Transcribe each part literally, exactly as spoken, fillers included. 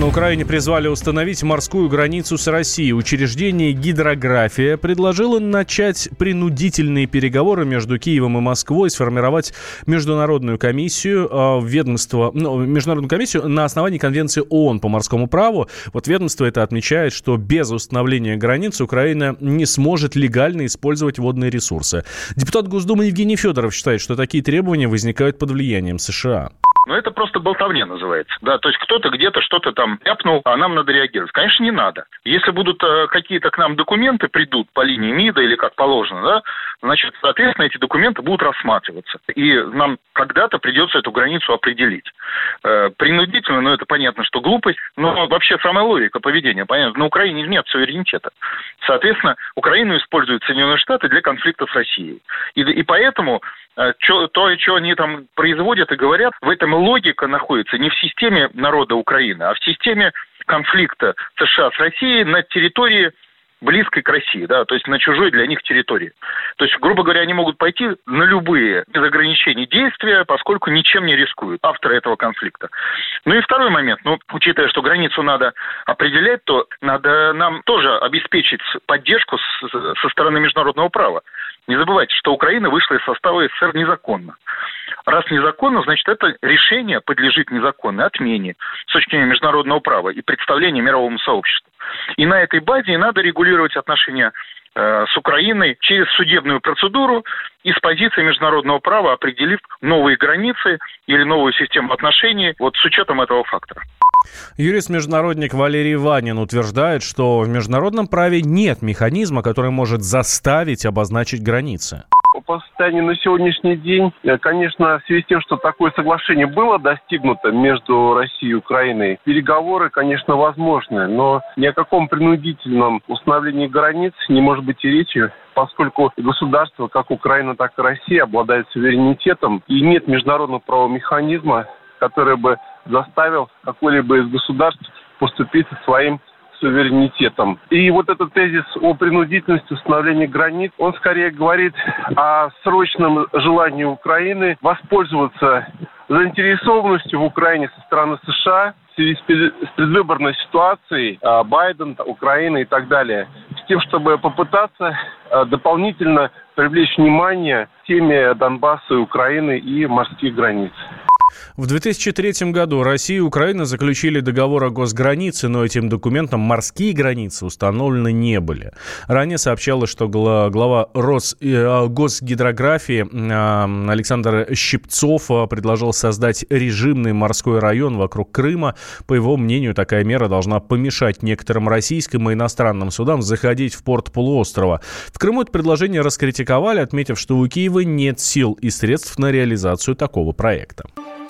На Украине призвали установить морскую границу с Россией. Учреждение «Гидрография» предложило начать принудительные переговоры между Киевом и Москвой, сформировать международную комиссию, э, ведомство, ну, международную комиссию на основании Конвенции ООН по морскому праву. Вот ведомство это отмечает, что без установления границ Украина не сможет легально использовать водные ресурсы. Депутат Госдумы Евгений Федоров считает, что такие требования возникают под влиянием США. Ну, это просто болтовня называется. Да, то есть кто-то где-то что-то там ляпнул, а нам надо реагировать. Конечно, не надо. Если будут э, какие-то к нам документы придут по линии МИДа или как положено, да, значит, соответственно, эти документы будут рассматриваться. И нам когда-то придется эту границу определить. Э, принудительно, ну, это понятно, что глупость, но вообще самая логика поведения, понятно. На Украине нет суверенитета. Соответственно, Украину используют Соединенные Штаты для конфликта с Россией. И, и поэтому э, чё, то, что они там производят и говорят, в этом логика находится не в системе народа Украины, а в системе конфликта США с Россией на территории близкой к России, да, то есть на чужой для них территории. То есть, грубо говоря, они могут пойти на любые без ограничений действия, поскольку ничем не рискуют авторы этого конфликта. Ну и второй момент, ну, учитывая, что границу надо определять, то надо нам тоже обеспечить поддержку с, со стороны международного права. Не забывайте, что Украина вышла из состава СССР незаконно. Раз незаконно, значит, это решение подлежит незаконной отмене с точки зрения международного права и представления мировому сообществу. И на этой базе надо регулировать отношения э, с Украиной через судебную процедуру и с позиции международного права, определив новые границы или новую систему отношений вот с учетом этого фактора. Юрист-международник Валерий Ванин утверждает, что в международном праве нет механизма, который может заставить обозначить границы. По состоянию на сегодняшний день, конечно, в связи с тем, что такое соглашение было достигнуто между Россией и Украиной, переговоры, конечно, возможны, но ни о каком принудительном установлении границ не может быть и речи, поскольку государства, как Украина, так и Россия, обладают суверенитетом, и нет международного правового механизма, который бы заставил какое-либо из государств поступить со своим суверенитетом. И вот этот тезис о принудительности установления границ, он скорее говорит о срочном желании Украины воспользоваться заинтересованностью в Украине со стороны США в связи с предвыборной ситуацией, Байден, Украина и так далее, с тем, чтобы попытаться дополнительно привлечь внимание к теме Донбасса и Украины и морских границ. В две тысячи третьем году Россия и Украина заключили договор о госгранице, но этим документом морские границы установлены не были. Ранее сообщалось, что глава Рос... Госгидрографии Александр Щипцов предложил создать режимный морской район вокруг Крыма. По его мнению, такая мера должна помешать некоторым российским и иностранным судам заходить в порт полуострова. В Крыму это предложение раскритиковали, отметив, что у Киева нет сил и средств на реализацию такого проекта.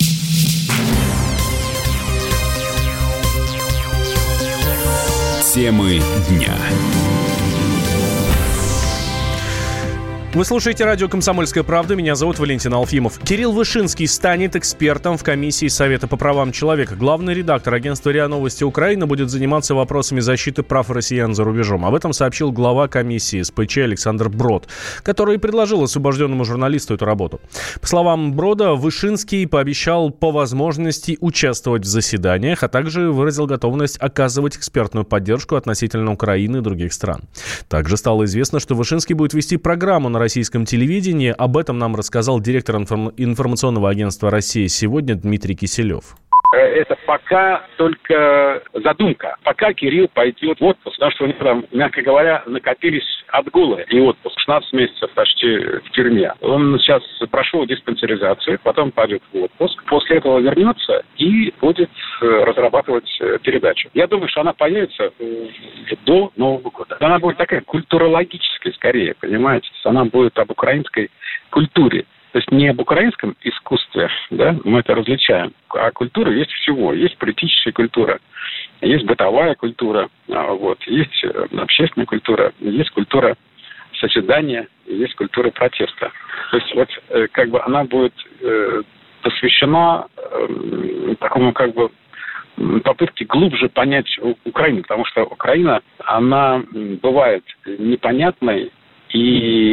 Темы дня. Вы слушаете радио «Комсомольская правда». Меня зовут Валентин Алфимов. Кирилл Вышинский станет экспертом в комиссии Совета по правам человека. Главный редактор агентства РИА Новости Украины будет заниматься вопросами защиты прав россиян за рубежом. Об этом сообщил глава комиссии СПЧ Александр Брод, который предложил освобожденному журналисту эту работу. По словам Брода, Вышинский пообещал по возможности участвовать в заседаниях, а также выразил готовность оказывать экспертную поддержку относительно Украины и других стран. Также стало известно, что Вышинский будет вести программу на российском телевидении. Об этом нам рассказал директор информ- информационного агентства «Россия сегодня» Дмитрий Киселев. Это пока только задумка. Пока Кирилл пойдет в отпуск, потому что у него там, мягко говоря, накопились отгулы и отпуск. шестнадцать месяцев почти в тюрьме. Он сейчас прошел диспансеризацию, потом пойдет в отпуск. После этого вернется и будет разрабатывать передачу. Я думаю, что она появится до Нового года. Она будет такая культурологическая скорее, понимаете? Она будет об украинской культуре. То есть не об украинском искусстве, да, мы это различаем, а культура есть всего. Есть политическая культура, есть бытовая культура, вот, есть общественная культура, есть культура созидания, есть культура протеста. То есть вот как бы она будет посвящена такому как бы попытке глубже понять Украину, потому что Украина, она бывает непонятной и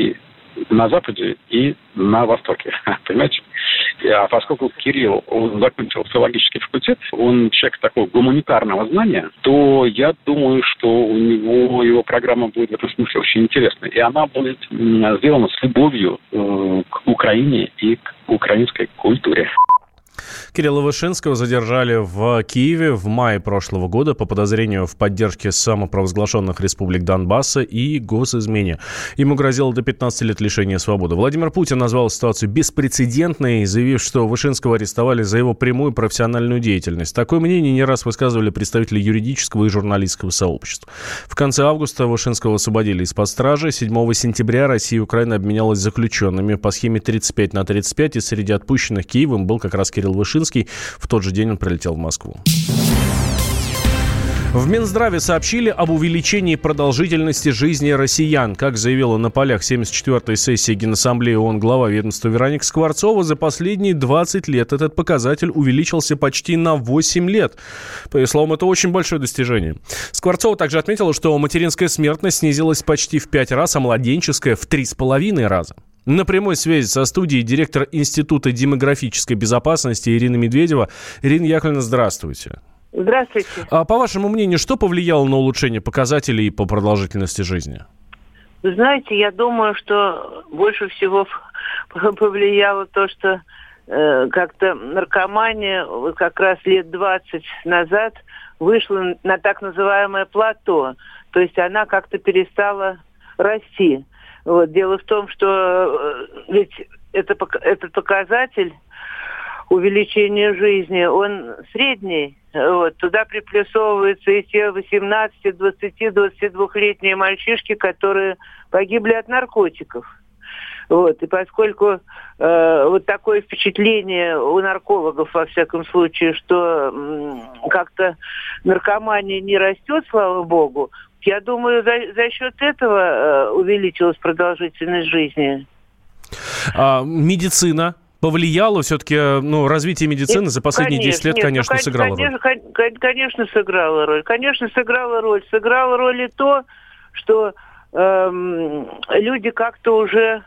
на Западе и на Востоке. Понимаете? А поскольку Кирилл, он закончил филологический факультет, он человек такого гуманитарного знания, то я думаю, что у него его программа будет в этом смысле очень интересной. И она будет сделана с любовью э, к Украине и к украинской культуре. Кирилла Вышинского задержали в Киеве в мае прошлого года по подозрению в поддержке самопровозглашенных республик Донбасса и госизмене. Ему грозило до пятнадцати лет лишения свободы. Владимир Путин назвал ситуацию беспрецедентной, заявив, что Вышинского арестовали за его прямую профессиональную деятельность. Такое мнение не раз высказывали представители юридического и журналистского сообщества. В конце августа Вышинского освободили из-под стражи. седьмого сентября Россия и Украина обменялась заключенными по схеме тридцать пять на тридцать пять, и среди отпущенных Киевом был как раз Кирилл Вышинский. В тот же день он прилетел в Москву. В Минздраве сообщили об увеличении продолжительности жизни россиян. Как заявила на полях семьдесят четвёртой сессии Генассамблеи ООН глава ведомства Вероника Скворцова, за последние двадцать лет этот показатель увеличился почти на восемь лет. По ее словам, это очень большое достижение. Скворцова также отметила, что материнская смертность снизилась почти в пять раз, а младенческая в три с половиной раза. На прямой связи со студией директор Института демографической безопасности Ирина Медведева. Ирина Яковлевна, здравствуйте. Здравствуйте. А по вашему мнению, что повлияло на улучшение показателей по продолжительности жизни? Вы знаете, я думаю, что больше всего повлияло то, что э, как-то наркомания вот как раз лет двадцать назад вышла на так называемое плато. То есть она как-то перестала расти. Вот. Дело в том, что ведь это, этот показатель увеличения жизни, он средний. Вот. Туда приплюсовываются и те восемнадцати, двадцати, двадцатидвухлетние мальчишки, которые погибли от наркотиков. Вот. И поскольку э, вот такое впечатление у наркологов, во всяком случае, что м, как-то наркомания не растет, слава богу, я думаю, за, за счет этого э, увеличилась продолжительность жизни. А медицина повлияла? Все-таки ну, развитие медицины за последние конечно, десять лет, нет, конечно, ну, сыграло конечно, роль. Конечно, сыграла роль. Конечно, сыграла роль. Сыграла роль и то, что э, люди как-то уже...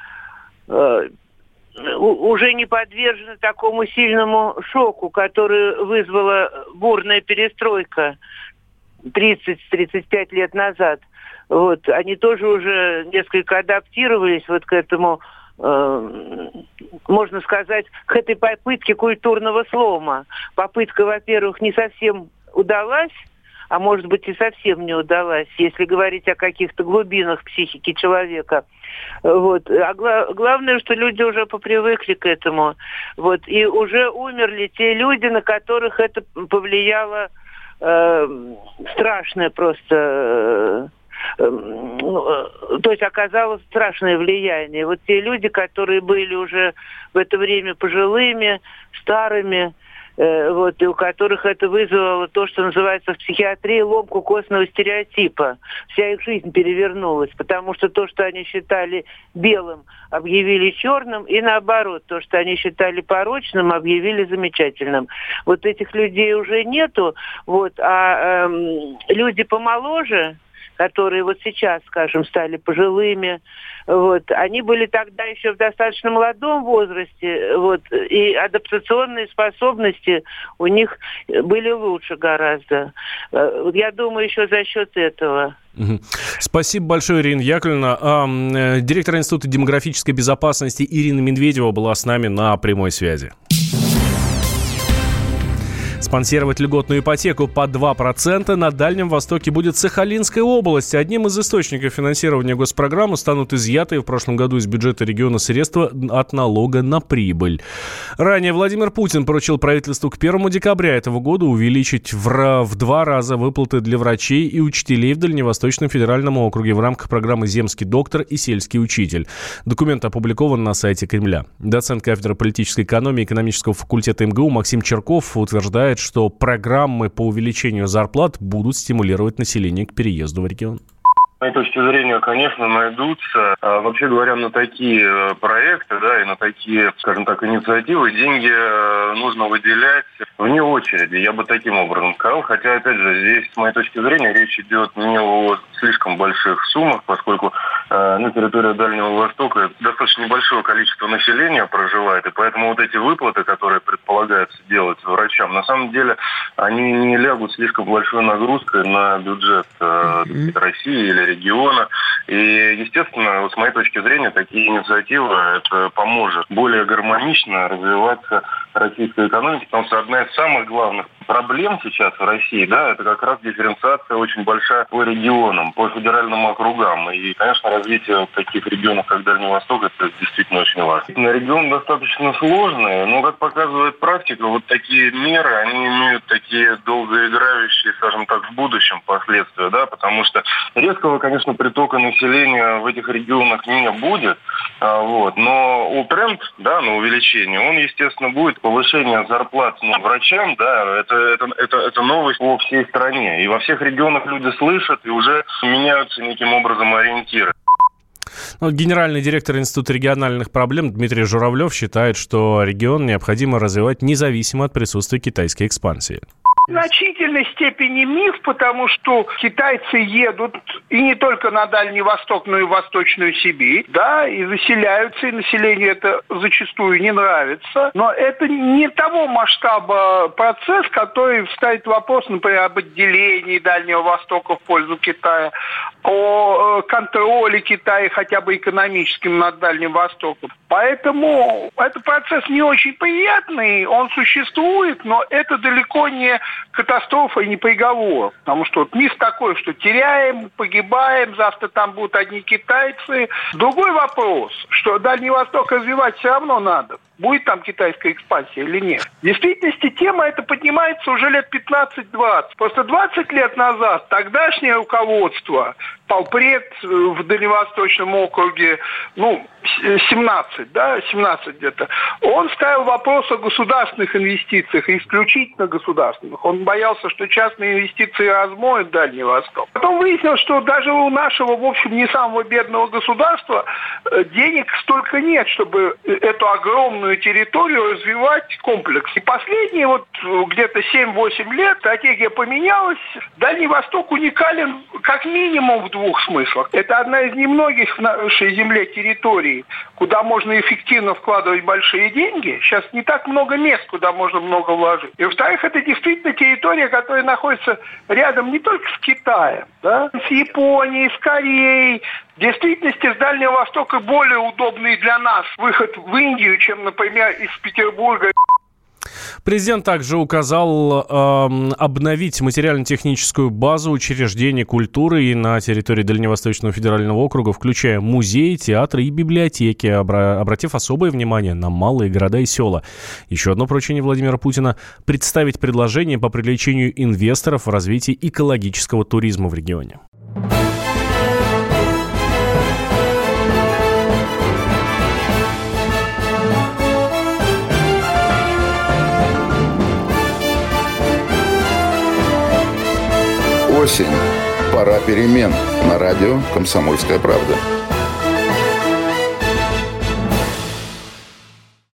Э, уже не подвержены такому сильному шоку, который вызвала бурная перестройка тридцать-тридцать пять лет назад. Вот. Они тоже уже несколько адаптировались вот к этому, э, можно сказать, к этой попытке культурного слома. Попытка, во-первых, не совсем удалась, а может быть и совсем не удалась, если говорить о каких-то глубинах психики человека. Вот. А гла- главное, что люди уже попривыкли к этому. Вот. И уже умерли те люди, на которых это повлияло э, страшное просто... Э, э, то есть оказалось страшное влияние. Вот те люди, которые были уже в это время пожилыми, старыми, вот, и у которых это вызвало то, что называется в психиатрии ломку костного стереотипа. Вся их жизнь перевернулась, потому что то, что они считали белым, объявили черным, и наоборот, то, что они считали порочным, объявили замечательным. Вот этих людей уже нету, вот, а эм, люди помоложе, которые вот сейчас, скажем, стали пожилыми, вот, они были тогда еще в достаточно молодом возрасте, вот, и адаптационные способности у них были лучше гораздо. Я думаю, еще за счет этого. Спасибо большое, Ирина Яковлевна. Директор Института демографической безопасности Ирина Медведева была с нами на прямой связи. Спонсировать льготную ипотеку по два процента на Дальнем Востоке будет Сахалинская область. Одним из источников финансирования госпрограммы станут изъятые в прошлом году из бюджета региона средства от налога на прибыль. Ранее Владимир Путин поручил правительству к первому декабря этого года увеличить в, в два раза выплаты для врачей и учителей в Дальневосточном федеральном округе в рамках программы «Земский доктор» и «Сельский учитель». Документ опубликован на сайте Кремля. Доцент кафедры политической экономии экономического факультета эм гэ у Максим Черков утверждает, что программы по увеличению зарплат будут стимулировать население к переезду в регион. С моей точки зрения, конечно, найдутся. А, вообще говоря, на такие проекты, да, и на такие, скажем так, инициативы деньги нужно выделять вне очереди, я бы таким образом сказал. Хотя, опять же, здесь, с моей точки зрения, речь идет не о слишком больших суммах, поскольку на территории Дальнего Востока достаточно небольшое количество населения проживает, и поэтому вот эти выплаты, которые предполагается делать врачам, на самом деле они не лягут слишком большой нагрузкой на бюджет mm-hmm. России или региона. И, естественно, вот с моей точки зрения, такие инициативы это поможет более гармонично развиваться российской экономике, потому что одна из самых главных проблем сейчас в России, да, это как раз дифференциация очень большая по регионам, по федеральным округам. И, конечно, развитие таких регионов, как Дальний Восток, это действительно очень важно. Регион достаточно сложный, но, как показывает практика, вот такие меры, они имеют такие долгоиграющие, скажем так, в будущем последствия, да, потому что резкого, конечно, притока населения в этих регионах не будет, вот, но тренд, да, на увеличение, он, естественно, будет повышение зарплат ну, врачам, да, это Это, это, это новость по всей стране. И во всех регионах люди слышат и уже меняются неким образом ориентиры. Ну, генеральный директор Института региональных проблем Дмитрий Журавлев считает, что регион необходимо развивать независимо от присутствия китайской экспансии. В значительной степени миф, потому что китайцы едут и не только на Дальний Восток, но и в Восточную Сибирь, да, и заселяются, и населению это зачастую не нравится. Но это не того масштаба процесс, который ставит вопрос, например, об отделении Дальнего Востока в пользу Китая, о контроле Китая хотя бы экономическим над Дальним Востоком. Поэтому этот процесс не очень приятный, он существует, но это далеко не катастрофа и не приговор. Потому что вот миф такой, что теряем, погибаем, завтра там будут одни китайцы. Другой вопрос, что Дальний Восток развивать все равно надо. Будет там китайская экспансия или нет. В действительности тема эта поднимается уже лет пятнадцать-двадцать. Просто двадцать лет назад тогдашнее руководство, полпред в Дальневосточном округе, ну, семнадцать, да, семнадцать где-то, он ставил вопрос о государственных инвестициях, исключительно государственных. Он боялся, что частные инвестиции размоют Дальний Восток. Потом выяснилось, что даже у нашего, в общем, не самого бедного государства денег столько нет, чтобы эту огромную территорию развивать комплекс. И последние вот где-то семь-восемь лет стратегия поменялась. Дальний Восток уникален как минимум в двух смыслах. Это одна из немногих в нашей земле территорий, куда можно эффективно вкладывать большие деньги. Сейчас не так много мест, куда можно много вложить. И, во-вторых, это действительно территория, которая находится рядом не только с Китаем, да, с Японией, с Кореей. В действительности с Дальнего Востока более удобный для нас выход в Индию, чем, например, из Петербурга. Президент также указал э, обновить материально-техническую базу учреждений культуры и на территории Дальневосточного федерального округа, включая музеи, театры и библиотеки, обра- обратив особое внимание на малые города и села. Еще одно поручение Владимира Путина – представить предложение по привлечению инвесторов в развитии экологического туризма в регионе. Осень. Пора перемен. На радио «Комсомольская правда».